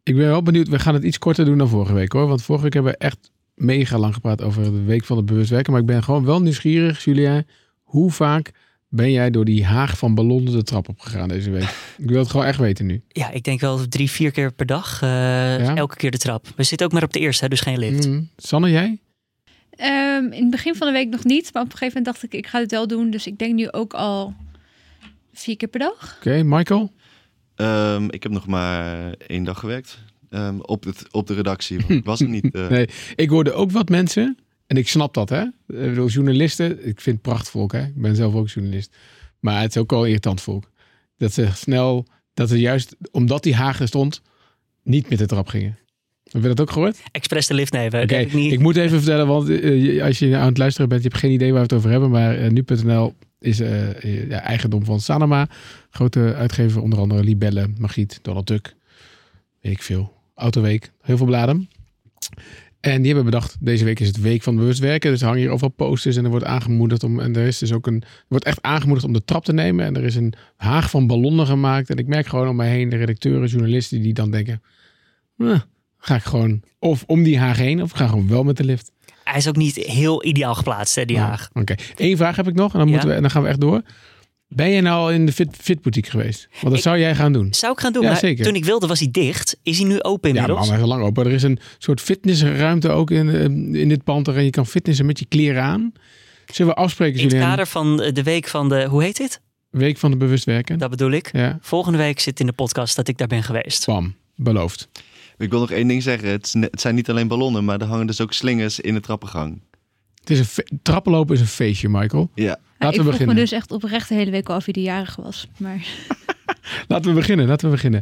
Ik ben wel benieuwd. We gaan het iets korter doen dan vorige week hoor. Want vorige week hebben we echt mega lang gepraat over de week van het bewust werken. Maar ik ben gewoon wel nieuwsgierig, Julien. Hoe vaak ben jij door die haag van ballonnen de trap opgegaan deze week? Ik wil het gewoon echt weten nu. Ja, ik denk wel 3-4 keer per dag. Elke keer de trap. We zitten ook maar op de eerste, dus geen lift. Sanne, jij? In het begin van de week nog niet. Maar op een gegeven moment dacht ik ga het wel doen. Dus ik denk nu ook al 4 keer per dag. Oké, Michael? Ik heb nog maar 1 dag gewerkt. Op de redactie. Want ik was er niet. Nee, ik hoorde ook wat mensen. En ik snap dat, hè. Journalisten, ik vind het prachtvolk, hè. Ik ben zelf ook journalist. Maar het is ook al irritant volk. Dat ze juist, omdat die haag er stond, niet met de trap gingen. Heb je dat ook gehoord? Expres de lift nemen. Oké, ik moet even vertellen, want als je aan het luisteren bent, je hebt geen idee waar we het over hebben. Maar nu.nl is eigendom van Sanoma. Grote uitgever, onder andere Libelle, Magiet, Donald Duck. Weet ik veel. Autoweek, heel veel bladen. En die hebben bedacht, deze week is het week van bewust werken. Dus er hangen hier overal posters en er wordt aangemoedigd wordt echt aangemoedigd om de trap te nemen. En er is een haag van ballonnen gemaakt. En ik merk gewoon om mij heen de redacteuren, journalisten die dan denken, ga ik gewoon of om die haag heen of ga gewoon wel met de lift. Hij is ook niet heel ideaal geplaatst, hè, die haag. Oké. 1 vraag heb ik nog en dan gaan we echt door. Ben je nou al in de Fit boutique geweest? Want dat zou jij gaan doen. Zou ik gaan doen, ja, maar zeker. Toen ik wilde was hij dicht. Is hij nu open inmiddels? Ja, maar hij is al lang open. Er is een soort fitnessruimte ook in dit pand waarin je kan fitnessen met je kleren aan. Zullen we afspreken, in het kader van de week van de, hoe heet dit? Week van de bewust werken. Dat bedoel ik. Ja. Volgende week zit in de podcast dat ik daar ben geweest. Bam, beloofd. Ik wil nog 1 ding zeggen. Het zijn niet alleen ballonnen, maar er hangen dus ook slingers in de trappengang. Trappenlopen is een feestje, Michael. Ja. Laten we vroeg beginnen. me dus echt oprecht de hele week al of hij de jarige was. Maar... Laten we beginnen.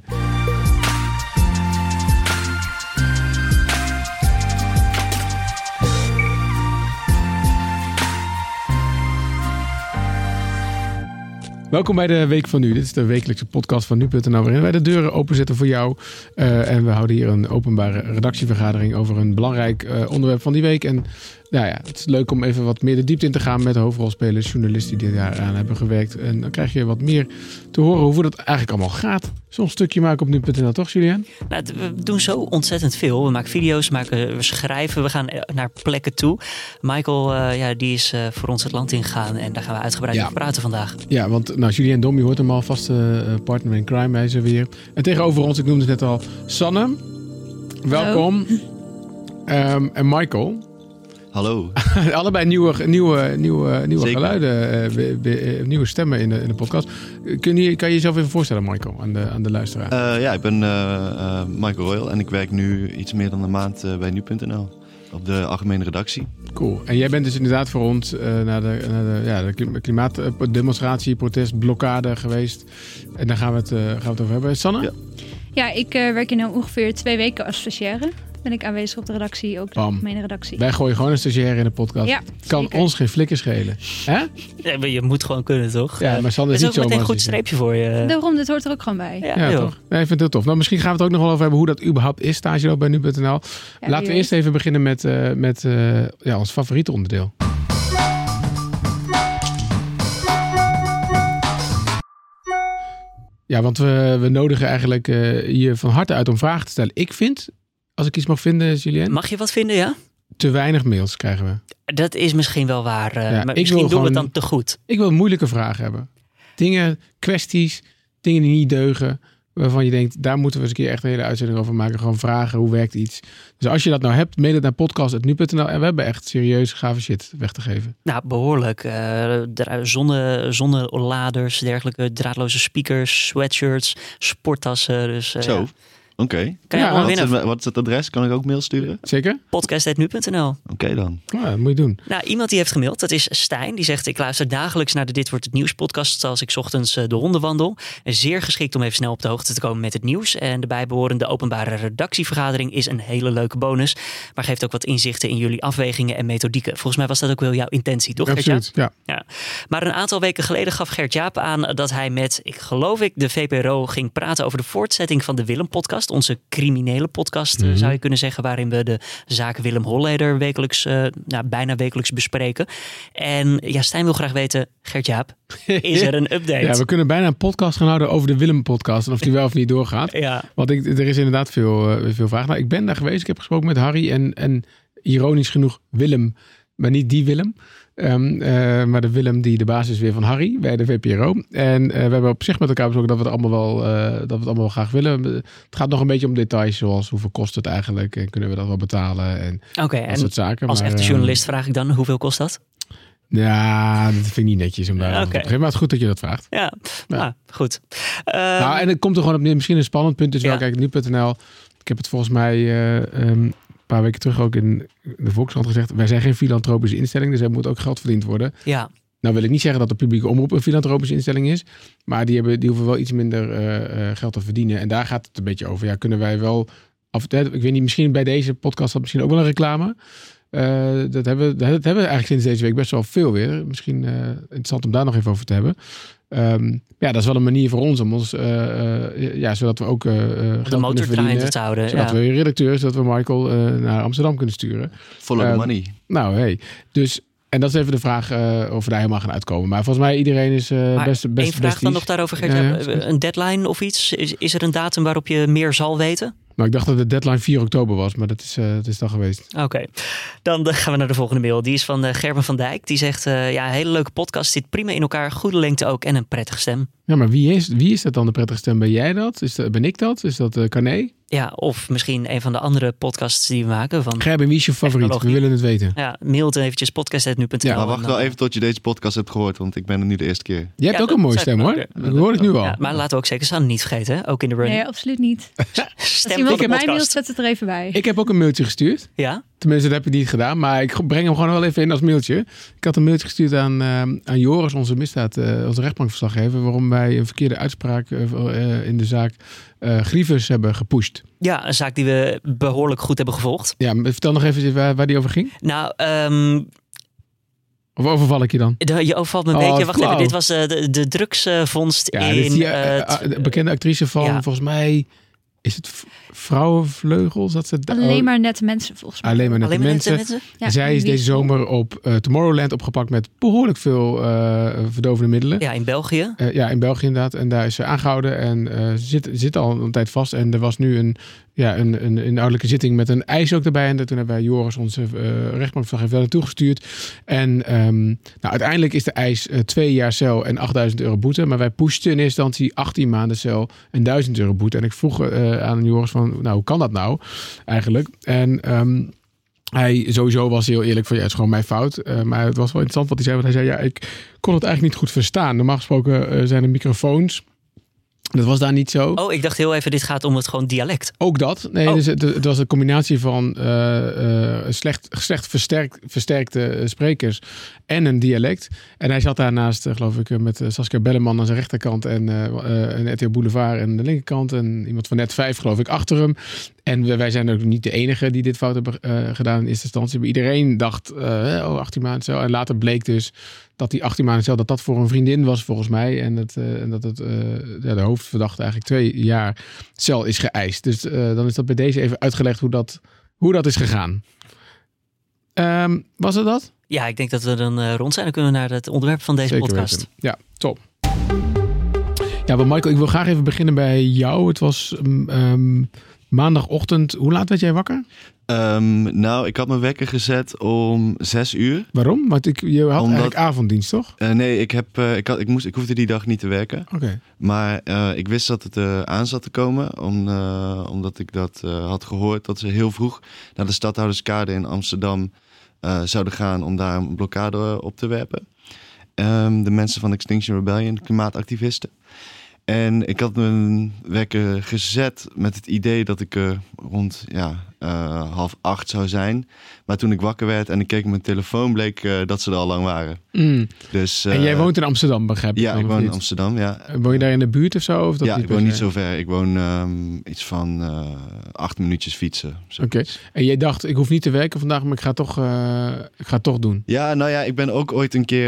Welkom bij de Week van Nu. Dit is de wekelijkse podcast van Nu.nl waarin wij de deuren openzetten voor jou. En we houden hier een openbare redactievergadering over een belangrijk onderwerp van die week. En nou ja, het is leuk om even wat meer de diepte in te gaan met de hoofdrolspelers, journalisten die daaraan hebben gewerkt. En dan krijg je wat meer te horen hoe dat eigenlijk allemaal gaat. Zo'n stukje maken op Nu.nl, toch Julien? Nou, we doen zo ontzettend veel. We maken video's, we schrijven, we gaan naar plekken toe. Michael, die is voor ons het land ingegaan en daar gaan we uitgebreid over praten vandaag. Ja, want Julien Dom, je hoort hem al, vaste partner in crime, hij is er weer. En tegenover ons, ik noemde het net al, Sanne. Welkom. En Michael. Hallo. Allebei nieuwe geluiden, nieuwe stemmen in de podcast. Kan je jezelf even voorstellen, Michael, aan de luisteraar? Ik ben Michael Royal en ik werk nu iets meer dan een maand bij Nu.nl. Op de algemene redactie. Cool. En jij bent dus inderdaad voor ons naar de klimaatdemonstratie, protestblokkade geweest. En daar gaan we het over hebben. Sanne? Ja, ik werk nu ongeveer 2 weken als stagiaire. Ben ik aanwezig op de redactie, ook de algemene redactie. Wij gooien gewoon een stagiaire in de podcast. Ja, kan zeker. Ons geen flikker schelen. Hè? Ja, maar je moet gewoon kunnen, toch? Ja, maar Sanne is niet zo. Dat is ook meteen een goed streepje voor je. Daarom, dit hoort er ook gewoon bij. Ja, toch? Nee, ik vind het heel tof. Nou, misschien gaan we het ook nog wel over hebben hoe dat überhaupt is, stageloop bij Nu.nl. Ja, Laten we eerst even beginnen met ons favoriete onderdeel. Ja, want we nodigen eigenlijk je van harte uit om vragen te stellen. Ik vind, als ik iets mag vinden, Julien. Mag je wat vinden, ja? Te weinig mails krijgen we. Dat is misschien wel waar. Maar misschien doen gewoon, we het dan te goed. Ik wil moeilijke vragen hebben. Dingen, kwesties, dingen die niet deugen. Waarvan je denkt, daar moeten we eens een keer echt een hele uitzending over maken. Gewoon vragen, hoe werkt iets? Dus als je dat nou hebt, mail het naar podcast@nu.nl. En we hebben echt serieus gave shit weg te geven. Nou, behoorlijk. Zonneladers, dergelijke draadloze speakers, sweatshirts, sporttassen. Dus, Zo. Oké. Kan je allemaal winnen? Wat is het adres? Kan ik ook mail sturen? Zeker? Podcast@nu.nl. Oké dan. Ja, dat moet je doen. Nou, iemand die heeft gemaild, dat is Stijn. Die zegt, ik luister dagelijks naar de Dit Wordt Het Nieuws podcast als ik 's ochtends de honden wandel. Zeer geschikt om even snel op de hoogte te komen met het nieuws. En de bijbehorende openbare redactievergadering is een hele leuke bonus. Maar geeft ook wat inzichten in jullie afwegingen en methodieken. Volgens mij was dat ook wel jouw intentie, toch Absoluut, Gert-Jaap? Ja. Maar een aantal weken geleden gaf Gert-Jaap aan dat hij met, de VPRO ging praten over de voortzetting van de Willem-podcast. podcast. Onze criminele podcast zou je kunnen zeggen. Waarin we de zaak Willem Holleder bijna wekelijks bespreken. En Stijn wil graag weten, Gert-Jaap, is er een update? Ja, we kunnen bijna een podcast gaan houden over de Willem-podcast. En of die wel of niet doorgaat. Ja. Want er is inderdaad veel vraag. Nou, ik ben daar geweest. Ik heb gesproken met Harry en ironisch genoeg Willem. Maar niet die Willem. Maar de Willem die de baas is weer van Harry bij de VPRO. En we hebben op zich met elkaar besproken dat we het allemaal wel graag willen. Het gaat nog een beetje om details, zoals hoeveel kost het eigenlijk en kunnen we dat wel betalen en dat soort zaken. Als echte journalist vraag ik dan, hoeveel kost dat? Ja, dat vind ik niet netjes om daar te geven. Maar het is goed dat je dat vraagt. Ja. Nou, goed. En het komt er gewoon op neer. Misschien een spannend punt is wel, kijk, nu.nl. Ik heb het volgens mij een paar weken terug ook in de Volkskrant gezegd. Wij zijn geen filantropische instelling, dus er moet ook geld verdiend worden. Ja. Nou wil ik niet zeggen dat de publieke omroep een filantropische instelling is. Maar die hoeven wel iets minder geld te verdienen. En daar gaat het een beetje over. Ja, kunnen wij wel ik weet niet, misschien bij deze podcast had misschien ook wel een reclame. Dat hebben we eigenlijk sinds deze week best wel veel weer. Misschien interessant om daar nog even over te hebben. Dat is wel een manier voor ons om zodat we ook geld de motor draaiende te houden. Zodat we redacteurs, zodat we Michael naar Amsterdam kunnen sturen. Follow the money. Nou, hey. Dus, en dat is even de vraag of we daar helemaal gaan uitkomen. Maar volgens mij iedereen is best één vraag dan nog daarover, Gert. Een deadline of iets? Is er een datum waarop je meer zal weten? Nou, ik dacht dat de deadline 4 oktober was, maar dat is dan geweest. Oké, dan gaan we naar de volgende mail. Die is van Gerben van Dijk. Die zegt, hele leuke podcast, zit prima in elkaar, goede lengte ook en een prettige stem. Ja, maar wie is dat dan de prettige stem? Ben jij dat? Ben ik dat? Is dat Carné? Ja, of misschien een van de andere podcasts die we maken. Gerben, wie is je favoriet? We willen het weten. Ja, mail het eventjes podcast@nu.nl. Ja, maar wacht wel even tot je deze podcast hebt gehoord, want ik ben er nu de eerste keer. Je hebt ook een mooie stem, hoor. Dat hoor ik nu al. Ja, maar laten we ook zeker staan niet vergeten, hè? Ook in de running. Nee, absoluut niet. Stem van de podcast. Zet het er even bij. Ik heb ook een mailtje gestuurd. Ja? Tenminste, dat heb ik niet gedaan. Maar ik breng hem gewoon wel even in als mailtje. Ik had een mailtje gestuurd aan Joris, onze onze rechtbankverslaggever. Waarom wij een verkeerde uitspraak in de zaak Grievous hebben gepusht. Ja, een zaak die we behoorlijk goed hebben gevolgd. Ja, vertel nog even waar die over ging. Nou, of overval ik je dan? Je overvalt me een beetje. Wacht even, dit was de drugsvondst in... de bekende actrice van, volgens mij... Is het Vrouwenvleugels? Alleen maar nette mensen, volgens mij. Alleen maar nette mensen. Ja, zij is deze zomer op Tomorrowland opgepakt met behoorlijk veel verdovende middelen. Ja, in België. In België inderdaad. En daar is ze aangehouden en zit al een tijd vast. En er was nu een inhoudelijke zitting met een eis ook erbij. En toen hebben wij Joris, onze rechtbankverslaggever, daar naartoe gestuurd. En uiteindelijk is de eis 2 jaar cel en €8.000 boete. Maar wij pushten in eerste instantie 18 maanden cel en €1.000 boete. En ik vroeg aan Joris van, hoe kan dat nou eigenlijk? En hij sowieso was heel eerlijk van, het is gewoon mijn fout. Maar het was wel interessant wat hij zei. Want hij zei, ik kon het eigenlijk niet goed verstaan. Normaal gesproken zijn er microfoons. Dat was daar niet zo. Oh, ik dacht heel even, dit gaat om het gewoon dialect. Ook dat. Nee, dus het was een combinatie van slecht versterkte sprekers en een dialect. En hij zat daarnaast, geloof ik, met Saskia Belleman aan zijn rechterkant en een RTL Boulevard aan de linkerkant. En iemand van Net 5, geloof ik, achter hem. En wij zijn ook niet de enige die dit fout hebben gedaan in eerste instantie. Maar iedereen dacht, 18 maanden cel. En later bleek dus dat die 18 maanden cel, dat voor een vriendin was volgens mij. En dat de hoofdverdachte eigenlijk 2 jaar cel is geëist. Dus dan is dat bij deze even uitgelegd hoe dat is gegaan. Was het dat? Ja, ik denk dat we dan rond zijn. Dan kunnen we naar het onderwerp van deze podcast. Weten. Ja, top. Ja, maar Michael, ik wil graag even beginnen bij jou. Het was maandagochtend. Hoe laat werd jij wakker? Ik had mijn wekker gezet om 6 uur. Waarom? Want je had eigenlijk avonddienst, toch? Nee, ik hoefde die dag niet te werken. Okay. Maar ik wist dat het aan zat te komen. Omdat ik dat had gehoord dat ze heel vroeg naar de Stadhouderskade in Amsterdam zouden gaan om daar een blokkade op te werpen. De mensen van Extinction Rebellion, de klimaatactivisten. En ik had mijn wekker gezet met het idee dat ik rond 7:30 zou zijn. Maar toen ik wakker werd en ik keek op mijn telefoon, bleek dat ze er al lang waren. Dus, en jij woont in Amsterdam, begrijp ik? Ja, ik woon in Amsterdam, ja. Woon je daar in de buurt of zo? Of dat ja, ik woon niet zo ver. Ik woon iets van 8 minuutjes fietsen. Oké. En jij dacht, ik hoef niet te werken vandaag, maar ik ga het toch doen. Ja, ik ben ook ooit een keer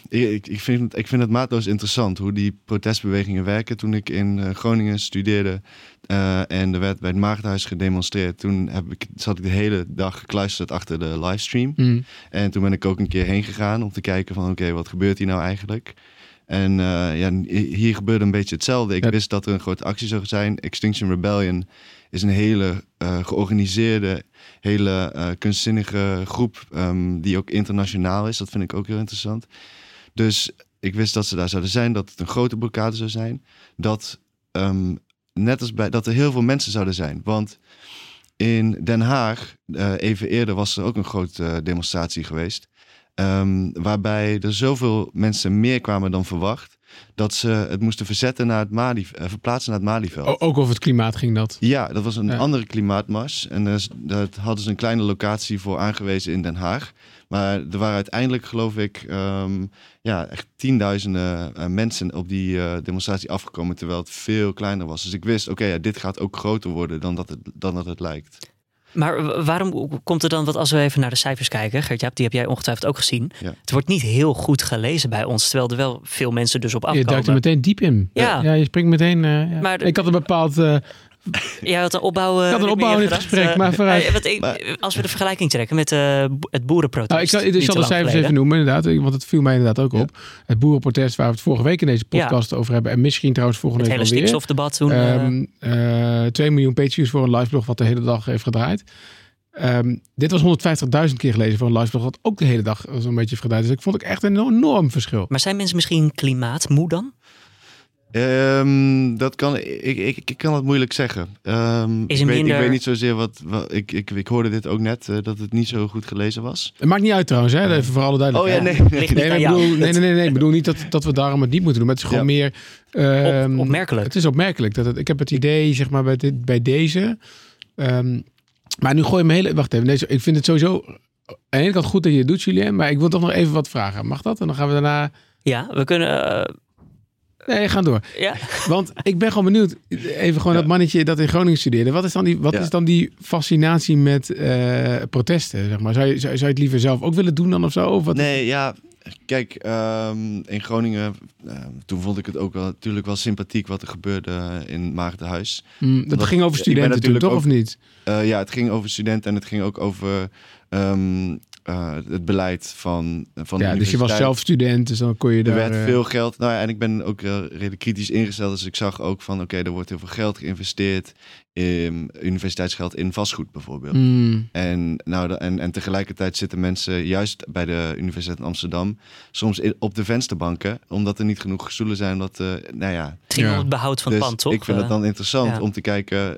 ik vind het maatloos interessant hoe die protestbewegingen werken. Toen ik in Groningen studeerde en er werd bij het Maagdenhuis gedemonstreerd, toen zat ik de hele dag gekluisterd achter de livestream. En toen ben ik ook een keer heen gegaan om te kijken van oké, wat gebeurt hier nou eigenlijk? En hier gebeurde een beetje hetzelfde. Ik wist dat er een grote actie zou zijn. Extinction Rebellion is een hele georganiseerde, hele kunstzinnige groep die ook internationaal is. Dat vind ik ook heel interessant. Dus ik wist dat ze daar zouden zijn, dat het een grote blokkade zou zijn. Dat net als dat er heel veel mensen zouden zijn. Want in Den Haag, even eerder, was er ook een grote demonstratie geweest. Waarbij er zoveel mensen meer kwamen dan verwacht, dat ze het moesten verplaatsen naar het Malieveld. Ook over het klimaat ging dat? Ja, dat was een andere klimaatmars. En daar hadden ze een kleine locatie voor aangewezen in Den Haag. Maar er waren uiteindelijk, geloof ik, echt tienduizenden mensen op die demonstratie afgekomen, terwijl het veel kleiner was. Dus ik wist, dit gaat ook groter worden dan dat het lijkt. Maar waarom komt er dan, als we even naar de cijfers kijken, Gert-Jaap, die heb jij ongetwijfeld ook gezien. Ja. Het wordt niet heel goed gelezen bij ons, terwijl er wel veel mensen dus op afkomen. Je duikt er meteen diep in. Ja, je springt meteen. Maar ik had een bepaald... Jij had een opbouw. Ik had een opbouw in het gesprek, maar vooruit. Als we de vergelijking trekken met het boerenprotest. Ik zal de cijfers even noemen, inderdaad, want het viel mij inderdaad ook op. Het boerenprotest waar we het vorige week in deze podcast over hebben. En misschien trouwens volgende week alweer. Het hele stikstofdebat toen. 2 miljoen pages voor een liveblog wat de hele dag heeft gedraaid. Dit was 150.000 keer gelezen voor een liveblog wat ook de hele dag zo'n beetje heeft gedraaid. Dus ik vond het echt een enorm verschil. Maar zijn mensen misschien klimaatmoe dan? Ik kan het moeilijk zeggen. Ik weet niet zozeer ik hoorde dit ook net, dat het niet zo goed gelezen was. Het maakt niet uit trouwens, hè? Even voor alle duidelijkheid. Nee. Ik bedoel niet dat we daarom het niet moeten doen. Maar het is gewoon meer... opmerkelijk. Het is opmerkelijk. Ik heb het idee, zeg maar, bij deze... maar nu gooi je me hele... Wacht even. Ik vind het sowieso aan de ene kant goed dat je het doet, Julien. Maar ik wil toch nog even wat vragen. Mag dat? En dan gaan we daarna... Ja, we kunnen... Nee, ga door. Ja. Want ik ben gewoon benieuwd. Even gewoon dat mannetje dat in Groningen studeerde. Wat is dan die fascinatie met protesten? Zeg maar? Zou je het liever zelf ook willen doen dan of zo? Of wat? Nee, ja. Kijk, in Groningen, toen vond ik het ook wel natuurlijk wel sympathiek wat er gebeurde in het Maagdenhuis. Dat ging over studenten natuurlijk toch, of niet? Ja, het ging over studenten en het ging ook over het beleid van de universiteit. Dus je was zelf student, dus dan kon je daar... Er werd veel geld... en ik ben ook redelijk kritisch ingesteld, dus ik zag ook van, er wordt heel veel geld geïnvesteerd in universiteitsgeld in vastgoed bijvoorbeeld. En tegelijkertijd zitten mensen juist bij de Universiteit in Amsterdam soms op de vensterbanken, omdat er niet genoeg stoelen zijn. Het ging om het behoud van het pand, toch? Ik vind het dan interessant om te kijken...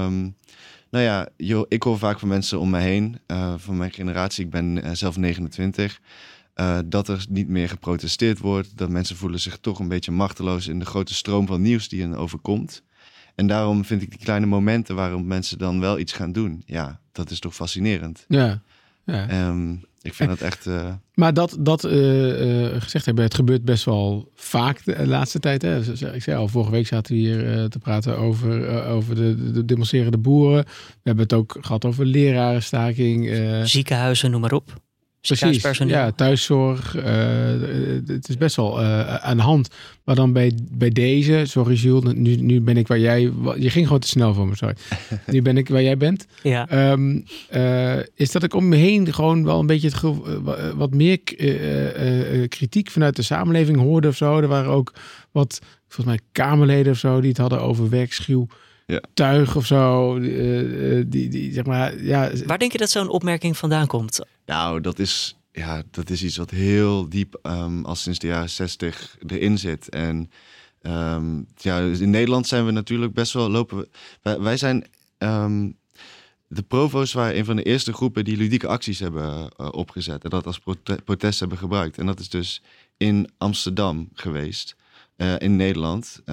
ik hoor vaak van mensen om me heen, van mijn generatie, ik ben zelf 29, dat er niet meer geprotesteerd wordt, dat mensen voelen zich toch een beetje machteloos in de grote stroom van nieuws die hen overkomt. En daarom vind ik die kleine momenten waarop mensen dan wel iets gaan doen, dat is toch fascinerend. Ja. Ik vind dat echt... Maar dat gezegd hebben, het gebeurt best wel vaak de laatste tijd. Hè? Ik zei al, vorige week zaten we hier te praten over de demonstrerende boeren. We hebben het ook gehad over lerarenstaking. Ziekenhuizen, noem maar op. Precies, ja, thuiszorg. Het is best wel aan de hand. Maar dan bij deze, sorry Jules, nu ben ik waar jij... Je ging gewoon te snel voor me, sorry. Nu ben ik waar jij bent. Ja. Is dat ik om me heen gewoon wel een beetje wat meer kritiek vanuit de samenleving hoorde of zo. Er waren ook wat, volgens mij, Kamerleden of zo die het hadden over werkschuw. Ja. Tuig of zo. Die zeg maar, ja. Waar denk je dat zo'n opmerking vandaan komt? Nou, dat is iets wat heel diep al sinds de jaren 60 erin zit. En in Nederland zijn we natuurlijk best wel wij zijn... de provo's waren een van de eerste groepen die ludieke acties hebben opgezet. En dat als protest hebben gebruikt. En dat is dus in Amsterdam geweest. In Nederland.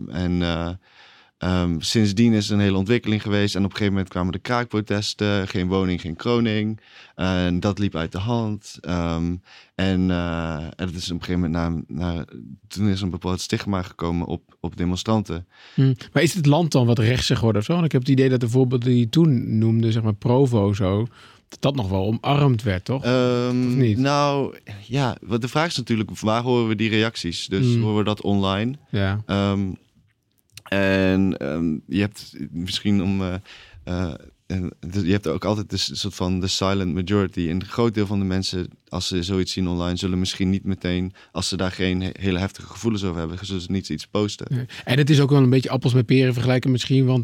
Sindsdien is er een hele ontwikkeling geweest. En op een gegeven moment kwamen de kraakprotesten. Geen woning, geen kroning. En dat liep uit de hand. En het is op een gegeven moment toen is een bepaald stigma gekomen op demonstranten. Maar is het land dan wat rechtser geworden of zo? Want ik heb het idee dat de voorbeelden die je toen noemde, zeg maar Provo zo, dat nog wel omarmd werd, toch? Of niet? Nou, ja, de vraag is natuurlijk, waar horen we die reacties? Dus horen we dat online? Ja. Je hebt misschien je hebt ook altijd een soort van de silent majority. En een groot deel van de mensen, als ze zoiets zien online, zullen misschien niet meteen, als ze daar geen hele heftige gevoelens over hebben, zullen ze niet iets posten. Nee. En het is ook wel een beetje appels met peren vergelijken misschien. Want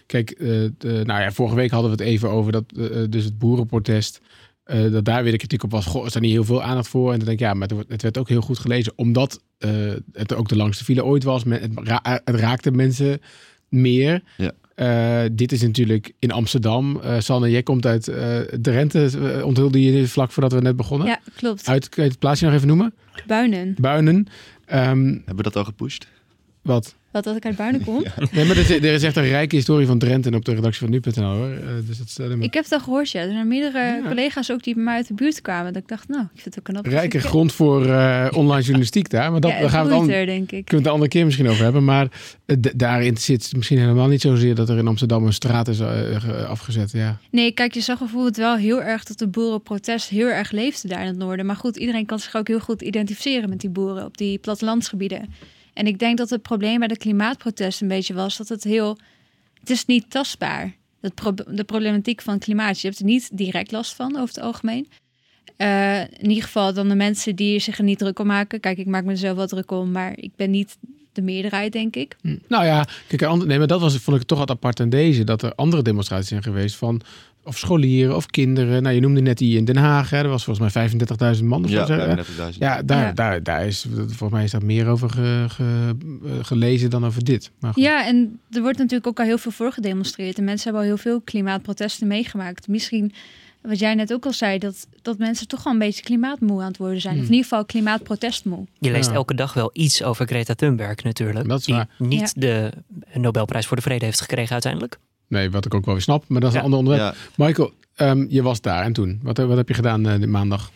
vorige week hadden we het even over dat dus het boerenprotest. Dat daar weer de kritiek op was. Goh, is daar niet heel veel aandacht voor? En dan denk ik, ja, maar het werd ook heel goed gelezen. Omdat het ook de langste file ooit was. Het raakte mensen meer. Ja. Dit is natuurlijk in Amsterdam. Sanne, jij komt uit Drenthe. Onthulde je vlak voordat we net begonnen? Ja, klopt. Kun je het plaatsje nog even noemen? Buinen. Hebben we dat al gepusht? Wat? Dat ik uit Buinen kom? Ja. Nee, maar er is echt een rijke historie van Drenthe op de redactie van nu.nl, hoor. Dus dat ik heb het al gehoord, ja. Er zijn meerdere collega's ook die bij mij uit de buurt kwamen. Dat ik dacht, nou, ik vind het ook knap. Rijke grond voor online journalistiek daar. Maar daar gaan we het denk ik. Kunnen we het de andere keer misschien over hebben. Maar daarin zit misschien helemaal niet zozeer dat er in Amsterdam een straat is afgezet. Ja. Nee, kijk, je zag bijvoorbeeld wel heel erg dat de boerenprotest heel erg leefde daar in het noorden. Maar goed, iedereen kan zich ook heel goed identificeren met die boeren op die plattelandsgebieden. En ik denk dat het probleem bij de klimaatprotest een beetje was dat het is niet tastbaar. De problematiek van het klimaat. Je hebt er niet direct last van over het algemeen. In ieder geval dan de mensen die zich er niet druk om maken. Kijk, ik maak me er zelf wel druk om, maar ik ben niet de meerderheid, denk ik. Nou ja, kijk, maar dat vond ik toch wat apart aan deze. Dat er andere demonstraties zijn geweest van of scholieren of kinderen. Nou, je noemde net die in Den Haag. Hè. Er was volgens mij 35.000 man of zo. Ja, daar is volgens mij is daar meer over gelezen dan over dit. Maar goed. Ja, en er wordt natuurlijk ook al heel veel voor gedemonstreerd. En mensen hebben al heel veel klimaatprotesten meegemaakt. Misschien, wat jij net ook al zei, dat mensen toch al een beetje klimaatmoe aan het worden zijn. Of in ieder geval klimaatprotestmoe. Je leest elke dag wel iets over Greta Thunberg natuurlijk. Dat is waar. Die niet de Nobelprijs voor de Vrede heeft gekregen uiteindelijk. Nee, wat ik ook wel weer snap, maar dat is een ander onderwerp. Ja. Michael, je was daar en toen? Wat heb je gedaan de maandag?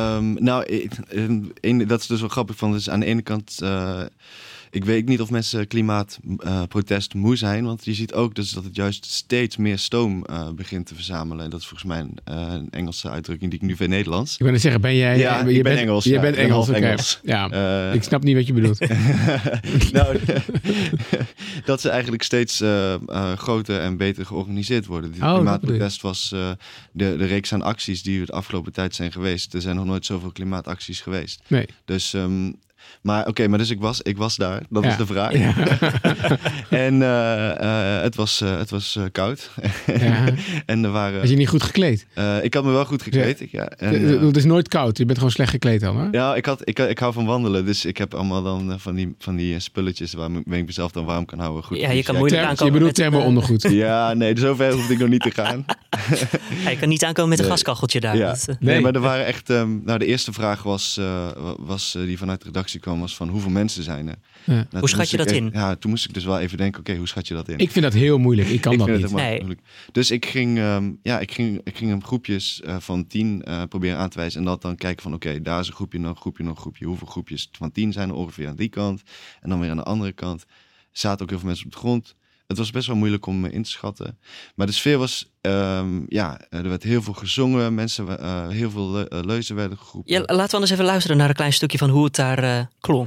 Dat is dus wel grappig van. Dus aan de ene kant, ik weet niet of mensen klimaatprotest moe zijn, want je ziet ook dus dat het juist steeds meer stoom begint te verzamelen. En dat is volgens mij een Engelse uitdrukking die ik nu vind Nederlands. Ik wil zeggen, ben jij? Ja, ik ben Engels. Je bent Engels, okay. Engels. Ja, ik snap niet wat je bedoelt. Nou, dat ze eigenlijk steeds groter en beter georganiseerd worden. Die klimaatprotest was de reeks aan acties die de afgelopen tijd zijn geweest. Er zijn nog nooit zoveel klimaatacties geweest. Nee. Dus maar dus ik was daar. Dat is de vraag. Ja. En het was koud. Ja. En er waren. Was je niet goed gekleed? Ik had me wel goed gekleed. Ja. Het is nooit koud. Je bent gewoon slecht gekleed dan, hè? Ja, ik hou van wandelen. Dus ik heb allemaal dan van die spulletjes waarmee ik mezelf dan warm kan houden. Goed. Ja, je kan moeilijk aankomen. Je bedoelt thermo-ondergoed. Ja, nee, zover hoefde ik nog niet te gaan. Je kan niet aankomen met een gaskacheltje daar. Ja. Nee, maar er waren echt. De eerste vraag was die vanuit de redactie kwam, was van hoeveel mensen zijn er? Ja. Hoe schat je dat in? Ja, toen moest ik dus wel even denken, oké, hoe schat je dat in? Ik vind dat heel moeilijk. Ik kan dat niet. Moeilijk. Dus ik ging hem groepjes van 10 proberen aan te wijzen en dat dan kijken van oké, daar is een groepje, nog een groepje, nog een groepje. Hoeveel groepjes van 10 zijn er ongeveer aan die kant? En dan weer aan de andere kant. Er zaten ook heel veel mensen op de grond. Het was best wel moeilijk om in te schatten. Maar de sfeer was, er werd heel veel gezongen. Mensen, heel veel leuzen werden geroepen. Ja, laten we anders even luisteren naar een klein stukje van hoe het daar klonk.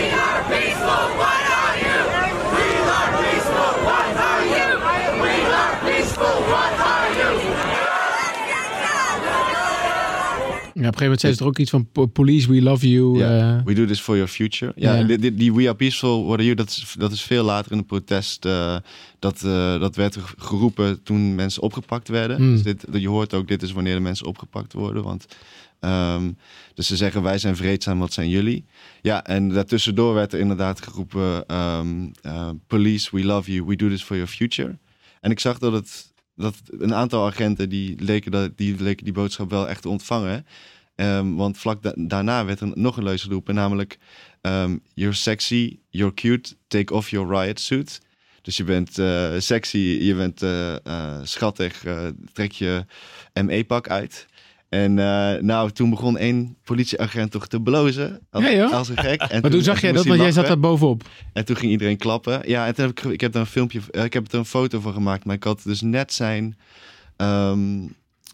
Ja, op een gegeven moment zei ze er ook iets van police, we love you. We do this for your future. Ja, die we are peaceful, what are you? Dat is veel later in het protest. Dat werd geroepen toen mensen opgepakt werden. Dus je hoort ook, dit is wanneer de mensen opgepakt worden. Want dus ze zeggen, wij zijn vreedzaam, wat zijn jullie? Ja, en daartussendoor werd er inderdaad geroepen, police, we love you, we do this for your future. En ik zag dat een aantal agenten die leken die boodschap wel echt te ontvangen. Want vlak daarna werd er nog een leus geroepen, namelijk you're sexy, you're cute, take off your riot suit. Dus je bent sexy, je bent schattig, trek je ME-pak uit. En toen begon één politieagent toch te blozen als een gek. En maar toen zag jij dat, want jij zat daar bovenop. En toen ging iedereen klappen. Ja, en toen ik heb er een foto van gemaakt. Maar ik had dus net zijn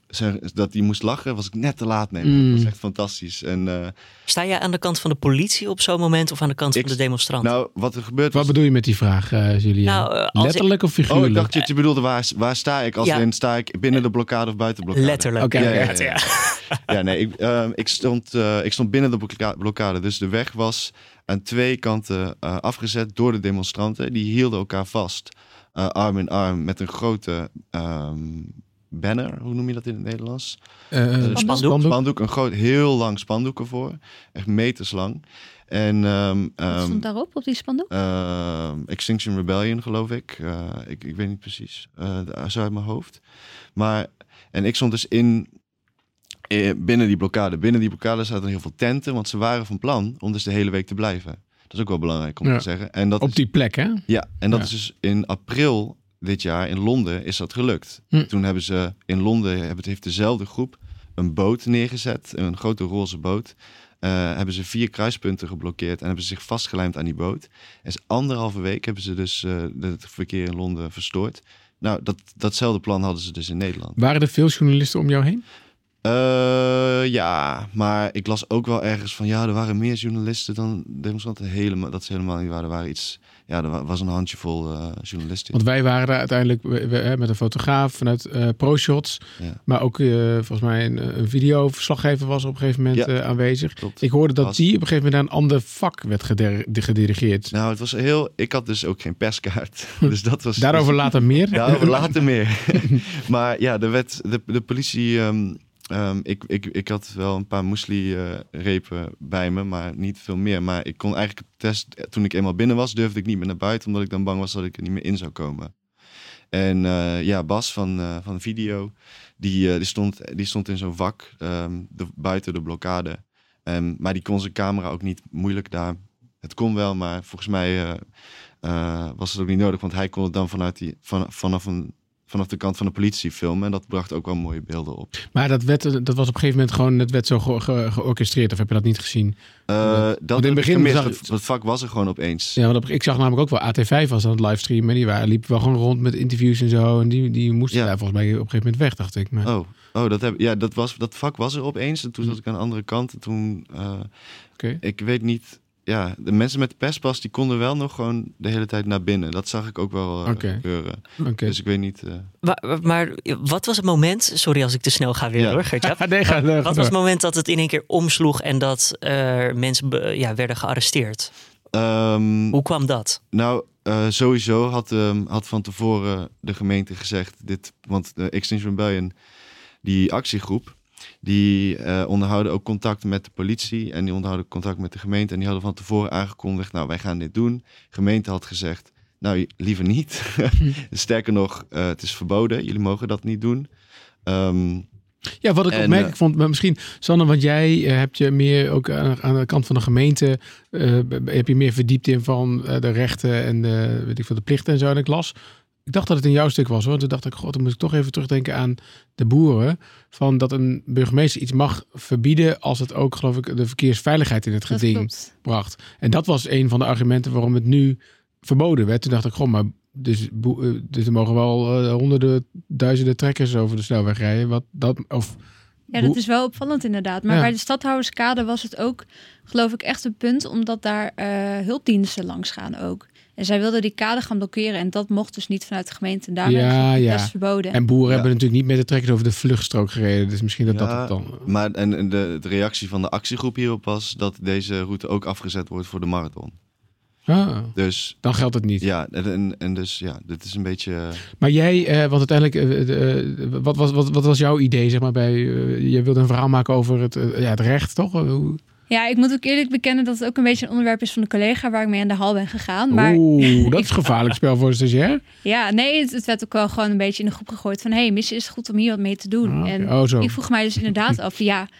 dat hij moest lachen, was ik net te laat mee. Dat was echt fantastisch. En, Sta jij aan de kant van de politie op zo'n moment of aan de kant van de demonstranten? Nou, wat er gebeurt Wat bedoel je met die vraag, Julia? Nou, letterlijk of figuurlijk? Oh, ik dacht dat je bedoelde, waar sta ik? Sta ik binnen de blokkade of buiten de blokkade? Letterlijk. Oké. Ja, nee, ik stond binnen de blokkade. Dus de weg was aan twee kanten afgezet door de demonstranten. Die hielden elkaar vast, arm in arm, met een grote banner. Hoe noem je dat in het Nederlands? Spandoek. Een heel lang spandoek ervoor. Echt meters lang. En, Wat stond daarop, op die spandoek? Extinction Rebellion, geloof ik. Ik weet niet precies. Zo uit mijn hoofd. En ik stond dus binnen die blokkade. Binnen die blokkade zaten heel veel tenten, want ze waren van plan om dus de hele week te blijven. Dat is ook wel belangrijk om te zeggen. En dat op die plek, hè? Ja, en dat is dus in april dit jaar in Londen is dat gelukt. Toen hebben ze in Londen, heeft dezelfde groep een boot neergezet, een grote roze boot. Hebben ze 4 kruispunten geblokkeerd en hebben ze zich vastgelijmd aan die boot. En 1,5 week hebben ze dus het verkeer in Londen verstoord. Nou, datzelfde plan hadden ze dus in Nederland. Waren er veel journalisten om jou heen? Ja, maar ik las ook wel ergens van... er waren meer journalisten dan demonstranten. Dat is helemaal niet waar. Er was een handjevol journalisten. Want wij waren daar uiteindelijk met een fotograaf vanuit ProShots. Ja. Maar ook volgens mij een videoverslaggever was op een gegeven moment aanwezig. Klopt. Ik hoorde dat die op een gegeven moment naar een ander vak werd gedirigeerd. Nou, het was ik had dus ook geen perskaart. Dus dat was... Daarover later meer? Daarover later meer. Maar ja, de politie... Ik had wel een paar muesli-repen bij me, maar niet veel meer. Maar ik kon eigenlijk het test, toen ik eenmaal binnen was, durfde ik niet meer naar buiten, omdat ik dan bang was dat ik er niet meer in zou komen. En Bas van video, die stond in zo'n vak buiten de blokkade. Maar die kon zijn camera ook niet moeilijk daar. Het kon wel, maar volgens mij was het ook niet nodig, want hij kon het dan vanaf de kant van de politie filmen. En dat bracht ook wel mooie beelden op. Maar dat was op een gegeven moment gewoon... Het werd zo georchestreerd. Of heb je dat niet gezien? Dat in het begin het vak was er gewoon opeens. Ja, want ik zag namelijk ook wel... AT5 was aan het livestreamen. Die liepen wel gewoon rond met interviews en zo. En die moesten daar volgens mij op een gegeven moment weg, dacht ik. Maar... Dat vak was er opeens. En toen zat ik aan de andere kant. En toen... Ik weet niet... Ja, de mensen met de perspas die konden wel nog gewoon de hele tijd naar binnen. Dat zag ik ook wel gebeuren. Dus ik weet niet... Maar wat was het moment... Sorry als ik te snel ga weer hoor, Gert-Jaap. Wat was het moment dat het in één keer omsloeg... en dat mensen werden gearresteerd? Hoe kwam dat? Nou, sowieso had van tevoren de gemeente gezegd... want de Extinction Rebellion, die actiegroep... Die onderhouden ook contact met de politie en die onderhouden contact met de gemeente. En die hadden van tevoren aangekondigd, nou, wij gaan dit doen. De gemeente had gezegd, nou, liever niet. Sterker nog, het is verboden. Jullie mogen dat niet doen. Ja, wat ik opmerkelijk vond, maar misschien, Sanne, want jij hebt je meer ook aan de kant van de gemeente, heb je meer verdiept in van de rechten en de plichten en zo. En ik dacht dat het in jouw stuk was, hoor. Toen dacht ik, god, dan moet ik toch even terugdenken aan de boeren. Van dat een burgemeester iets mag verbieden als het ook, geloof ik, de verkeersveiligheid in het geding bracht. En dat was een van de argumenten waarom het nu verboden werd. Toen dacht ik, god, maar dus er mogen wel honderden, duizenden trekkers over de snelweg rijden. Dat is wel opvallend inderdaad. Maar bij de Stadhouderskade was het ook, geloof ik, echt een punt, omdat daar hulpdiensten langs gaan ook. En zij wilden die kade gaan blokkeren en dat mocht dus niet vanuit de gemeente. En daarmee is het verboden. En boeren hebben natuurlijk niet met de trekkers over de vluchtstrook gereden. Dus misschien dat het dan... Maar de reactie van de actiegroep hierop was dat deze route ook afgezet wordt voor de marathon. Dus dan geldt het niet. Ja, en dus dit is een beetje... Maar jij, want uiteindelijk, wat was jouw idee, zeg maar, je wilde een verhaal maken over het recht, toch? Ja, ik moet ook eerlijk bekennen dat het ook een beetje een onderwerp is van de collega waar ik mee aan de hal ben gegaan. Maar dat is gevaarlijk spel voor een stagiair. Ja, nee, het werd ook wel gewoon een beetje in de groep gegooid van, misschien is het goed om hier wat mee te doen. Ik vroeg mij dus inderdaad af,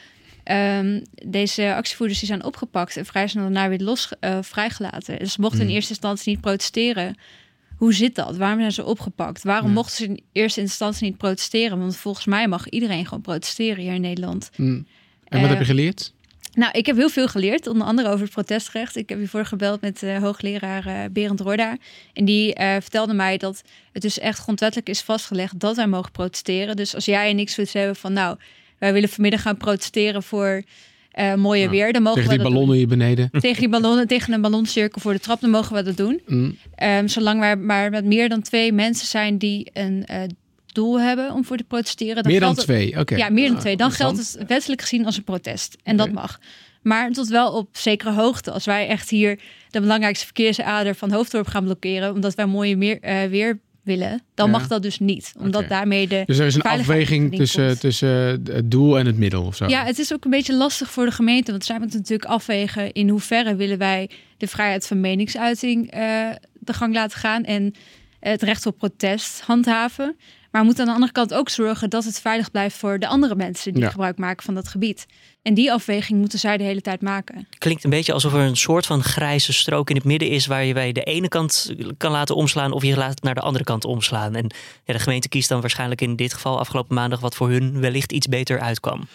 deze actievoerders die zijn opgepakt en vrij snel daarna weer vrijgelaten. Dus ze mochten in eerste instantie niet protesteren. Hoe zit dat? Waarom zijn ze opgepakt? Waarom mochten ze in eerste instantie niet protesteren? Want volgens mij mag iedereen gewoon protesteren hier in Nederland. En wat heb je geleerd? Nou, ik heb heel veel geleerd, onder andere over het protestrecht. Ik heb hiervoor gebeld met hoogleraar Berend Roorda. En die vertelde mij dat het dus echt grondwettelijk is vastgelegd dat wij mogen protesteren. Dus als jij en ik zoiets hebben van, nou, wij willen vanmiddag gaan protesteren voor mooie weer, dan mogen we dat tegen die ballonnen doen. hier beneden. Tegen die ballonnen, tegen een balloncirkel voor de trap, dan mogen we dat doen. Zolang wij maar met meer dan 2 mensen zijn die een doel hebben om voor te protesteren. Dan Meer dan geldt het- 2, oké. Ja, meer dan 2. Dan geldt interessant. het wettelijk gezien als een protest. En dat mag. Maar tot wel op zekere hoogte. Als wij echt hier de belangrijkste verkeersader van Hoofddorp gaan blokkeren, omdat wij mooie weer willen, dan mag dat dus niet. Omdat Oké. daarmee de Dus er is een veiligheid afweging in geding komt. tussen het doel en het middel of zo. Ja, het is ook een beetje lastig voor de gemeente. Want zij moeten natuurlijk afwegen in hoeverre willen wij de vrijheid van meningsuiting de gang laten gaan. En het recht op protest handhaven. Maar we moeten aan de andere kant ook zorgen dat het veilig blijft voor de andere mensen die gebruik maken van dat gebied. En die afweging moeten zij de hele tijd maken. Klinkt een beetje alsof er een soort van grijze strook in het midden is waar je bij de ene kant kan laten omslaan of je laat het naar de andere kant omslaan. En ja, de gemeente kiest dan waarschijnlijk in dit geval afgelopen maandag wat voor hun wellicht iets beter uitkwam.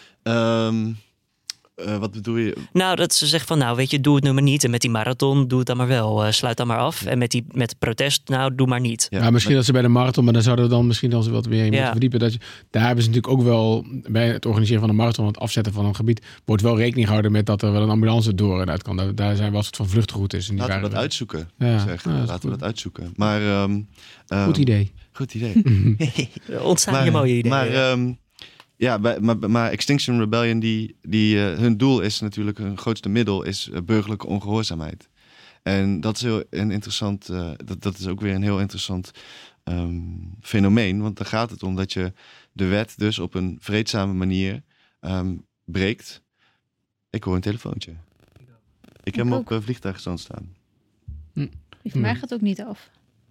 Wat bedoel je? Nou, dat ze zegt van, nou weet je, doe het nu maar niet. En met die marathon, doe het dan maar wel. Sluit dan maar af. En met het protest, nou, doe maar niet. Ja, misschien dat ze bij de marathon, maar dan zouden we dan misschien als we wat meer in moeten verdiepen. Daar hebben ze natuurlijk ook wel bij het organiseren van een marathon, het afzetten van een gebied, wordt wel rekening gehouden met dat er wel een ambulance door en uit kan. Daar zijn wel een soort van vluchtroutes. En die Laten we dat waren uitzoeken. Laten we dat uitzoeken. Maar, goed idee. Goed idee. Ontstaan je mooie ideeën. Maar Extinction Rebellion, hun doel is natuurlijk, hun grootste middel is burgerlijke ongehoorzaamheid. En dat is heel een interessant, dat is ook weer een heel interessant fenomeen. Want dan gaat het om dat je de wet dus op een vreedzame manier breekt. Ik hoor een telefoontje. Ik heb hem op vliegtuigstand staan. Die van mij gaat ook niet af.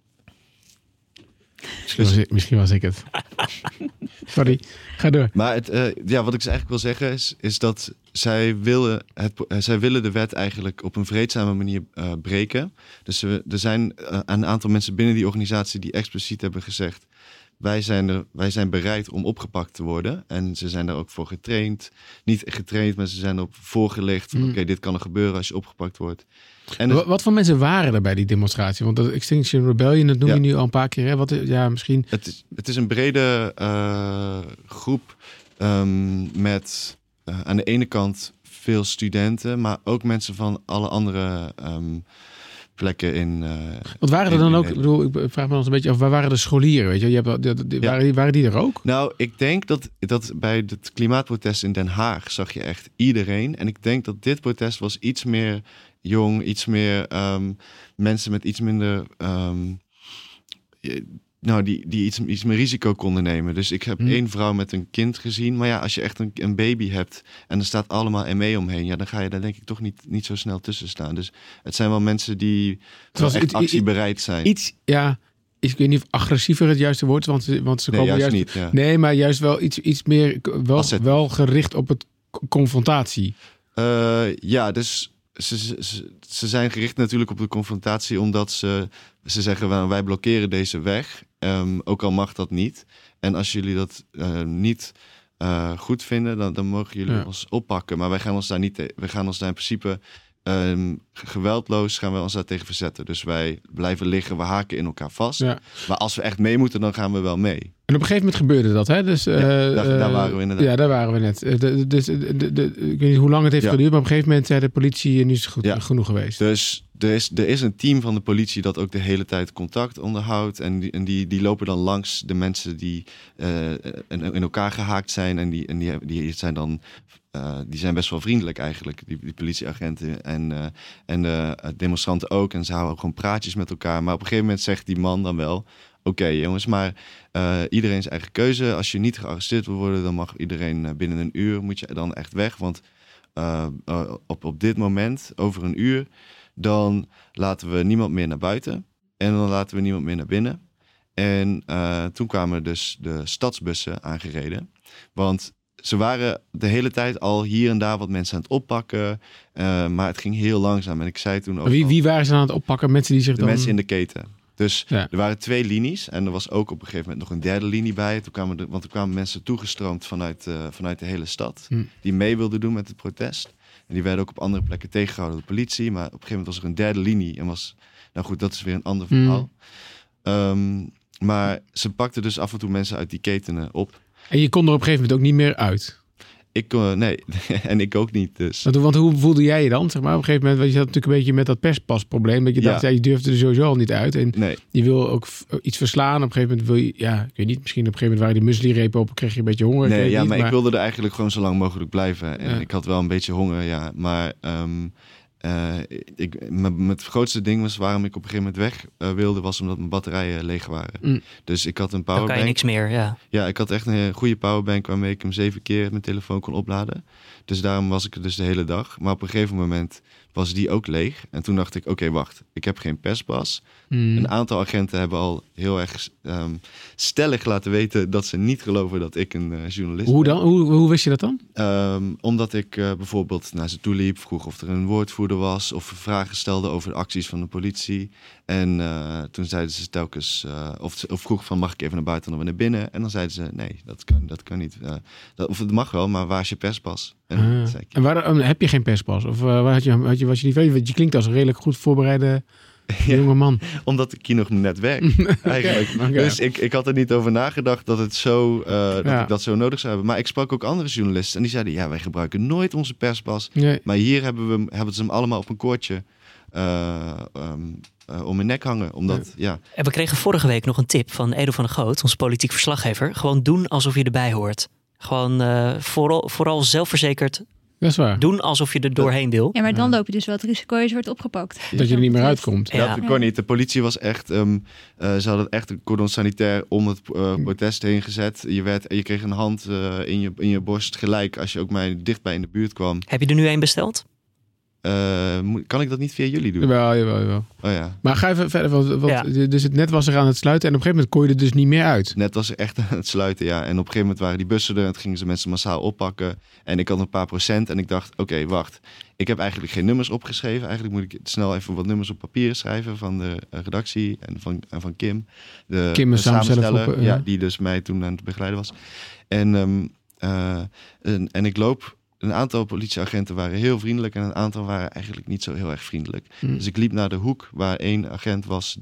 Misschien was ik het. Sorry, ga door. Maar wat ik eigenlijk wil zeggen is dat zij willen de wet eigenlijk op een vreedzame manier breken. Dus er zijn een aantal mensen binnen die organisatie die expliciet hebben gezegd, wij zijn bereid om opgepakt te worden. En ze zijn daar ook voor getraind. Niet getraind, maar ze zijn op voorgelegd van oké, dit kan er gebeuren als je opgepakt wordt. En wat voor mensen waren er bij die demonstratie? Want dat Extinction Rebellion, dat noem je nu al een paar keer. Hè? Misschien. Het is een brede groep met aan de ene kant veel studenten, maar ook mensen van alle andere plekken in. Wat waren er dan ook? Ik bedoel, ik vraag me dan eens een beetje af, waar waren de scholieren? Weet je? Waren die er ook? Nou, ik denk dat bij het klimaatprotest in Den Haag zag je echt iedereen. En ik denk dat dit protest was iets meer jong, iets meer mensen met iets minder. Die iets meer risico konden nemen. Dus ik heb 1 vrouw met een kind gezien. Maar ja, als je echt een baby hebt en er staat allemaal ME omheen, ja, dan ga je daar denk ik toch niet zo snel tussen staan. Dus het zijn wel mensen die echt actiebereid zijn. Ik weet niet of agressiever het juiste woord is, want ze komen juist niet. Ja. Nee, maar juist wel iets meer wel gericht op het confrontatie. Dus ze zijn gericht natuurlijk op de confrontatie, omdat ze zeggen, wij blokkeren deze weg. Ook al mag dat niet. En als jullie dat niet goed vinden, dan mogen jullie ons oppakken. Maar wij gaan ons daar in principe geweldloos gaan we ons daar tegen verzetten. Dus wij blijven liggen, we haken in elkaar vast. Ja. Maar als we echt mee moeten, dan gaan we wel mee. En op een gegeven moment gebeurde dat, hè? Dus, daar waren we inderdaad. Ja, daar waren we net. Ik weet niet hoe lang het heeft geduurd, maar op een gegeven moment zei de politie, nu is het genoeg geweest. Dus er is een team van de politie dat ook de hele tijd contact onderhoudt. En die lopen dan langs de mensen die in elkaar gehaakt zijn. En die zijn dan die zijn best wel vriendelijk eigenlijk, die politieagenten en de demonstranten ook. En ze houden gewoon praatjes met elkaar. Maar op een gegeven moment zegt die man dan wel, oké, jongens, maar iedereen zijn eigen keuze. Als je niet gearresteerd wil worden, dan mag iedereen binnen een uur moet je dan echt weg. Want op dit moment, over een uur, dan laten we niemand meer naar buiten. En dan laten we niemand meer naar binnen. En toen kwamen dus de stadsbussen aangereden. Want ze waren de hele tijd al hier en daar wat mensen aan het oppakken. Maar het ging heel langzaam. En ik zei toen ook... Wie waren ze aan het oppakken? Mensen die zich de mensen in de keten. Dus er waren 2 linies. En er was ook op een gegeven moment nog een 3e linie bij. Want er kwamen mensen toegestroomd vanuit de hele stad. Die mee wilden doen met het protest. En die werden ook op andere plekken tegengehouden door de politie. Maar op een gegeven moment was er een derde linie. En nou goed, dat is weer een ander verhaal. Maar ze pakten dus af en toe mensen uit die ketenen op. En je kon er op een gegeven moment ook niet meer uit? Nee, en ik ook niet. Dus. Want hoe voelde jij je dan? Zeg maar, op een gegeven moment, want je zat natuurlijk een beetje met dat perspasprobleem. Dat je dacht, je durfde er sowieso al niet uit. En je wil ook iets verslaan. Op een gegeven moment wil je, ik weet niet, misschien op een gegeven moment waren die muesli-repen op, kreeg je een beetje honger. Nee, maar ik wilde er eigenlijk gewoon zo lang mogelijk blijven. En ik had wel een beetje honger, maar... het grootste ding was waarom ik op een gegeven moment weg wilde, was omdat mijn batterijen leeg waren. Dus ik had een powerbank. Dan kan je niks meer, Ja, ik had echt een goede powerbank waarmee ik hem 7 keer mijn telefoon kon opladen. Dus daarom was ik er dus de hele dag. Maar op een gegeven moment was die ook leeg. En toen dacht ik, oké, wacht, ik heb geen perspas. Een aantal agenten hebben al heel erg stellig laten weten dat ze niet geloven dat ik een journalist ben. Hoe dan? Hoe wist je dat dan? Omdat ik bijvoorbeeld naar ze toe liep, vroeg of er een woordvoerder was of vragen stelde over de acties van de politie. En toen zeiden ze telkens, of vroeg van mag ik even naar buiten of naar binnen? En dan zeiden ze nee, dat kan niet. Of het mag wel, maar waar is je perspas? En, zei ik, en waarom heb je geen perspas? Of was je niet weet? Want je klinkt als een redelijk goed voorbereide jonge man. Omdat ik hier nog net werk, eigenlijk. Okay. Dus ik had er niet over nagedacht dat het zo dat ik dat zo nodig zou hebben. Maar ik sprak ook andere journalisten en die zeiden, wij gebruiken nooit onze perspas. Nee. Maar hier hebben ze hem allemaal op een koordje om mijn nek hangen. Omdat, En we kregen vorige week nog een tip van Edo van der Goot, onze politiek verslaggever. Gewoon doen alsof je erbij hoort. Gewoon vooral zelfverzekerd. Dat is waar. Doen alsof je er doorheen wil. Ja, maar dan loop je dus wel het risico je wordt opgepakt. Dat je er niet meer uitkomt. Ja. Dat kon niet. De politie was echt... ze hadden echt een cordon sanitair om het protest heen gezet. Je kreeg een hand in je borst gelijk als je ook mij dichtbij in de buurt kwam. Heb je er nu een besteld? Kan ik dat niet via jullie doen? Jawel. Oh ja. Maar ga even verder. Dus het net was er aan het sluiten en op een gegeven moment kon je er dus niet meer uit. Net was er echt aan het sluiten, ja. En op een gegeven moment waren die bussen er en toen gingen ze mensen massaal oppakken. En ik had een paar procent en ik dacht, oké, wacht. Ik heb eigenlijk geen nummers opgeschreven. Eigenlijk moet ik snel even wat nummers op papier schrijven van de redactie en van Kim. Kim is samensteller, die dus mij toen aan het begeleiden was. En ik loop... Een aantal politieagenten waren heel vriendelijk en een aantal waren eigenlijk niet zo heel erg vriendelijk. Dus ik liep naar de hoek waar één agent was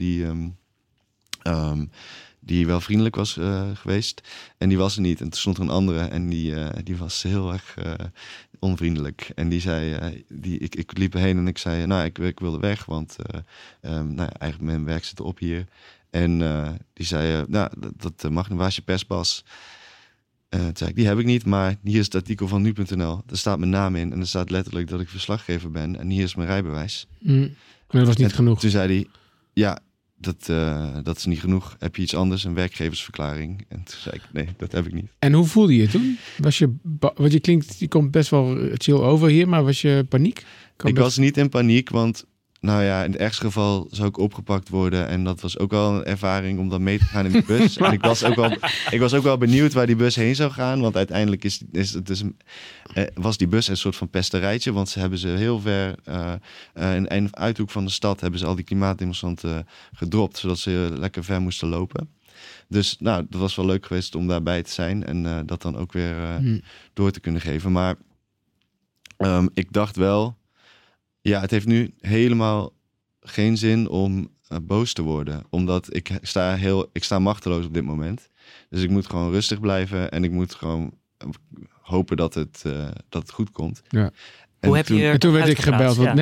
die wel vriendelijk was geweest. En die was er niet. En toen stond er een andere en die was heel erg onvriendelijk. En die zei, ik liep erheen en ik zei, ik wilde weg, want eigenlijk mijn werk zit erop hier. En die zei, dat mag niet, waar is je perspas? Toen zei ik, die heb ik niet, maar hier is het artikel van nu.nl. Daar staat mijn naam in en er staat letterlijk dat ik verslaggever ben. En hier is mijn rijbewijs. Maar dat was niet genoeg. Toen zei hij, dat is niet genoeg. Heb je iets anders, een werkgeversverklaring? En toen zei ik, nee, dat heb ik niet. En hoe voelde je toen? Want je komt best wel chill over hier, maar was je paniek? Ik was niet in paniek, want... in het ergste geval zou ik opgepakt worden. En dat was ook wel een ervaring om dan mee te gaan in die bus. En ik was ook wel benieuwd waar die bus heen zou gaan. Want uiteindelijk was die bus een soort van pesterijtje. Want ze hebben ze heel ver in een uithoek van de stad... hebben ze al die klimaatdemonstranten gedropt. Zodat ze lekker ver moesten lopen. Dus dat was wel leuk geweest om daarbij te zijn. En dat dan ook weer door te kunnen geven. Maar ik dacht wel... Ja, het heeft nu helemaal geen zin om boos te worden. Omdat ik sta machteloos op dit moment. Dus ik moet gewoon rustig blijven. En ik moet gewoon hopen dat het goed komt. Ja. En toen werd ik gebeld. Want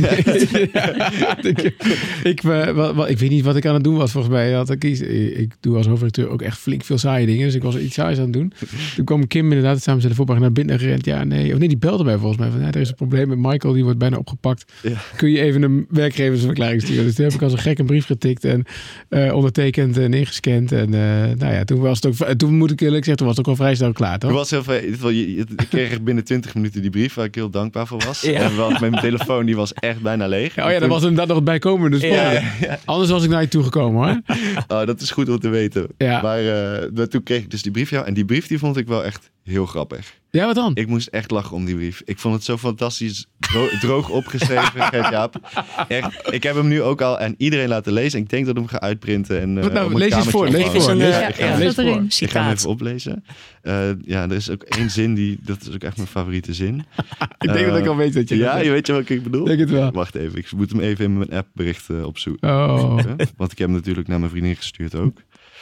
ik weet niet wat ik aan het doen was. Volgens mij had ik doe als hoofdredacteur ook echt flink veel saaie dingen. Dus ik was iets saais aan het doen. Toen kwam Kim inderdaad samen met de voorpagina naar binnen gerend. Die belde mij volgens mij. Van, er is een probleem met Michael. Die wordt bijna opgepakt. Ja. Kun je even een werkgeversverklaring sturen? Dus toen heb ik als een gek een brief getikt. En ondertekend en ingescand. En toen was het ook... Toen moet ik eerlijk zeggen, toen was het ook al vrij snel klaar. Toch? Ik kreeg echt binnen 20 minuten die brief. Waar ik heel dankbaar voor was. Ja. En mijn telefoon die was echt bijna leeg. Dat was inderdaad nog het bijkomende spoor. Ja. Anders was ik naar je toegekomen hoor. Dat is goed om te weten. Ja. Maar toen kreeg ik dus die brief. Ja, en die brief die vond ik wel echt heel grappig. Ja, wat dan? Ik moest echt lachen om die brief. Ik vond het zo fantastisch droog opgeschreven, Gert-Jaap. Echt, ik heb hem nu ook al aan iedereen laten lezen. Ik denk dat ik hem ga uitprinten. En, lees eens voor. Lees voor. Lees voor. Ik ga hem even oplezen. Er is ook één zin, dat is ook echt mijn favoriete zin. Ik denk dat ik al weet dat je dat je weet wat ik bedoel? Denk het wel. Wacht even, ik moet hem even in mijn appberichten opzoeken. Oh. Want ik heb hem natuurlijk naar mijn vriendin gestuurd ook.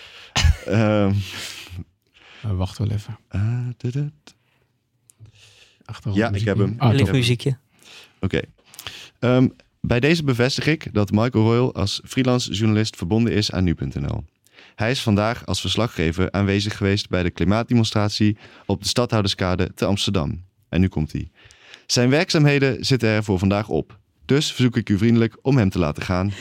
Wacht wel even. Ja, ik heb hem. Lief muziekje. Oké. Bij deze bevestig ik dat Michael Royal als freelance journalist verbonden is aan nu.nl. Hij is vandaag als verslaggever aanwezig geweest bij de klimaatdemonstratie op de Stadhouderskade te Amsterdam. En nu komt hij. Zijn werkzaamheden zitten er voor vandaag op. Dus verzoek ik u vriendelijk om hem te laten gaan.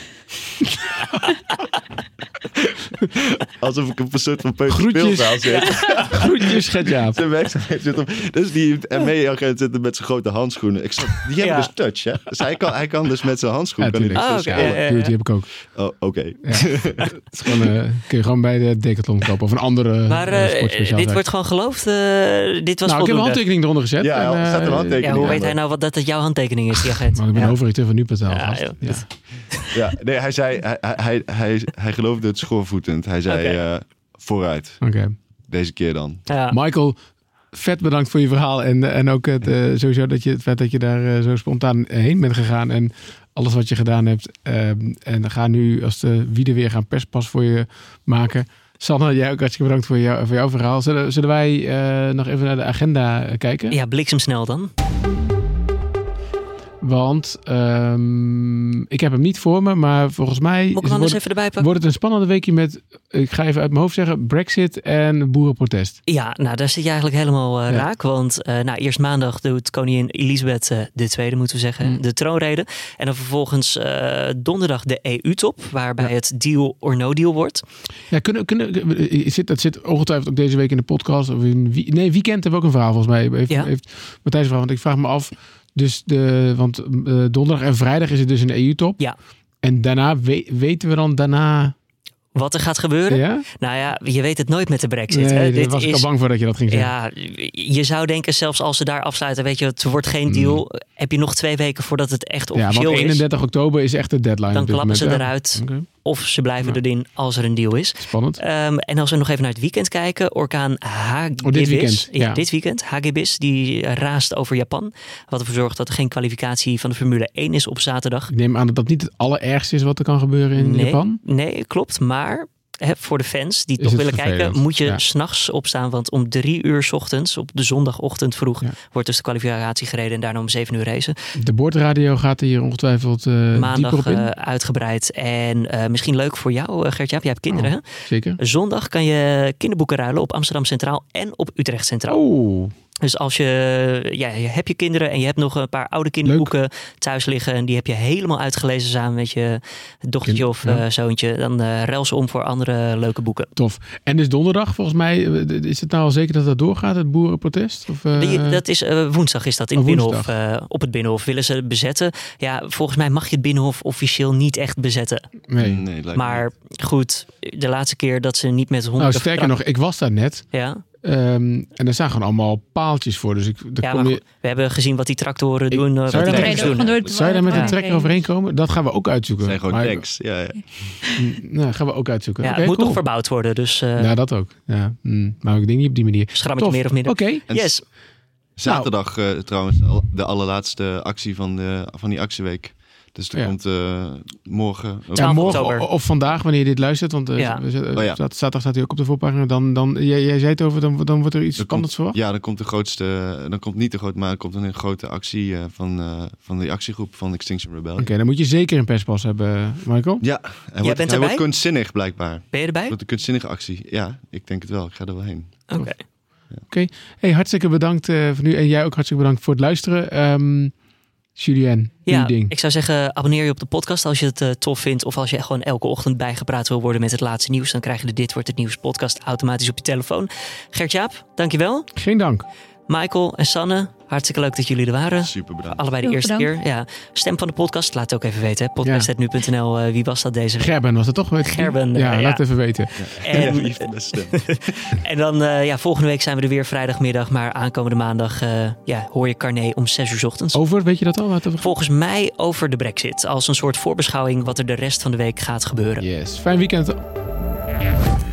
Alsof ik op een soort van peuterspeelzaal zit. Groetjes, Gert-Jaap. Zijn werkzaamheid zit op. Dus die ME-agent zit met zijn grote handschoenen. Die hebben dus touch, hè? Dus hij kan dus met zijn handschoen. Die heb ik ook. Oh, oké. Ja. Het is gewoon, kun je gewoon bij de Decathlon kopen of een andere sportspeciaal. Dit wordt gewoon geloofd. Dit was ik heb een handtekening eronder gezet. Ja, er staat een handtekening. Hoe weet hij nou dat het jouw handtekening is, die agent? Maar ik ben overheid van nu.nl. Nee, hij zei, hij geloofde het schoorvoetend. Hij zei vooruit. Deze keer dan. Ja. Michael, vet bedankt voor je verhaal. En ook sowieso het feit dat je daar zo spontaan heen bent gegaan. En alles wat je gedaan hebt. En ga nu als de wieden weer gaan perspas voor je maken. Sanne, jij ook hartstikke bedankt voor jouw verhaal. Zullen wij nog even naar de agenda kijken? Ja, bliksemsnel dan. Want ik heb hem niet voor me, maar volgens mij even erbij pakken? Wordt het een spannende weekje met, ik ga even uit mijn hoofd zeggen, Brexit en boerenprotest. Ja, nou daar zit je eigenlijk helemaal raak. Want eerst maandag doet koningin Elisabeth II, moeten we zeggen, de troonrede. En dan vervolgens donderdag de EU-top, waarbij het deal or no deal wordt. Ja, dat zit ongetwijfeld ook deze week in de podcast. Of weekend hebben we ook een verhaal volgens mij. Heeft Matthijs een verhaal, want ik vraag me af. Dus want donderdag en vrijdag is het dus een EU-top. Ja. En daarna weten we dan wat er gaat gebeuren? Ja? Nou ja, je weet het nooit met de Brexit. Nee, daar was ik al bang voor dat je dat ging zeggen. Ja, je zou denken, zelfs als ze daar afsluiten, weet je, het wordt geen deal. Heb je nog 2 weken voordat het echt officieel is. Ja, want 31 oktober is echt de deadline. Dan klappen ze eruit. Okay. Of ze blijven erin als er een deal is. Spannend. En als we nog even naar het weekend kijken. Orkaan Hagibis. Dit weekend. Hagibis, die raast over Japan. Wat ervoor zorgt dat er geen kwalificatie van de Formule 1 is op zaterdag. Ik neem aan dat dat niet het allerergste is wat er kan gebeuren in Japan. Nee, klopt. Maar voor de fans die toch willen kijken, moet je 's nachts opstaan. Want om 3 uur 's ochtends, op de zondagochtend vroeg, wordt dus de kwalificatie gereden. En daarna om 7 uur racen. De boordradio gaat hier ongetwijfeld maandag uitgebreid. En misschien leuk voor jou, Gert-Jaap. Jij hebt kinderen, hè? Zeker. Zondag kan je kinderboeken ruilen op Amsterdam Centraal en op Utrecht Centraal. Oh. Dus als je hebt je kinderen en je hebt nog een paar oude kinderboeken thuis liggen en die heb je helemaal uitgelezen samen met je dochtertje of zoontje, dan ruil ze om voor andere leuke boeken. Tof. En dus donderdag, volgens mij, is het nou al zeker dat dat doorgaat, het boerenprotest? Of, dat is woensdag is dat in het Binnenhof. Op het Binnenhof willen ze bezetten. Ja, volgens mij mag je het Binnenhof officieel niet echt bezetten. Nee, maar goed, de laatste keer dat ze niet met honderden... sterker nog, ik was daar net. Ja. En er staan gewoon allemaal paaltjes voor. Dus we hebben gezien wat die tractoren doen. Zou je daar met een trekker overheen komen? Dat gaan we ook uitzoeken. Dat zijn gewoon tanks. Ja. Nou, gaan we ook uitzoeken. Ja, het moet nog verbouwd worden. Dus, ja, dat ook. Ja. Maar ik denk niet op die manier. Schrammetje meer of minder. Oké. Yes. Zaterdag trouwens de allerlaatste actie van die actieweek. Dus er komt morgen... morgen of vandaag, wanneer je dit luistert. Want zaterdag staat hij ook op de voorpagina. Dan jij zei het over, dan wordt er iets spannends verwacht? Ja, dan komt een grote actie van de actiegroep van Extinction Rebellion. Oké, dan moet je zeker een perspas hebben, Michael. Ja, hij wordt kunstzinnig blijkbaar. Ben je erbij? Het wordt een kunstzinnige actie. Ja, ik denk het wel. Ik ga er wel heen. Oké. Hey, hartstikke bedankt voor nu. En jij ook hartstikke bedankt voor het luisteren. Julien, ik zou zeggen, abonneer je op de podcast als je het tof vindt. Of als je gewoon elke ochtend bijgepraat wil worden met het laatste nieuws. Dan krijg je de Dit Wordt Het Nieuws podcast automatisch op je telefoon. Gert-Jaap, dankjewel. Geen dank. Michael en Sanne, hartstikke leuk dat jullie er waren. Super bedankt. Allebei de Heel eerste keer. Ja. Stem van de podcast, laat het ook even weten. Podcast@nu.nl. Wie was dat deze week? Gerben was het toch? Gerben. Ja, laat het even weten. En, Wie heeft de beste stem? en dan volgende week zijn we er weer vrijdagmiddag. Maar aankomende maandag hoor je Carné om 6 uur 's ochtends. Over, weet je dat al? Wat over... Volgens mij over de Brexit. Als een soort voorbeschouwing wat er de rest van de week gaat gebeuren. Yes, fijn weekend.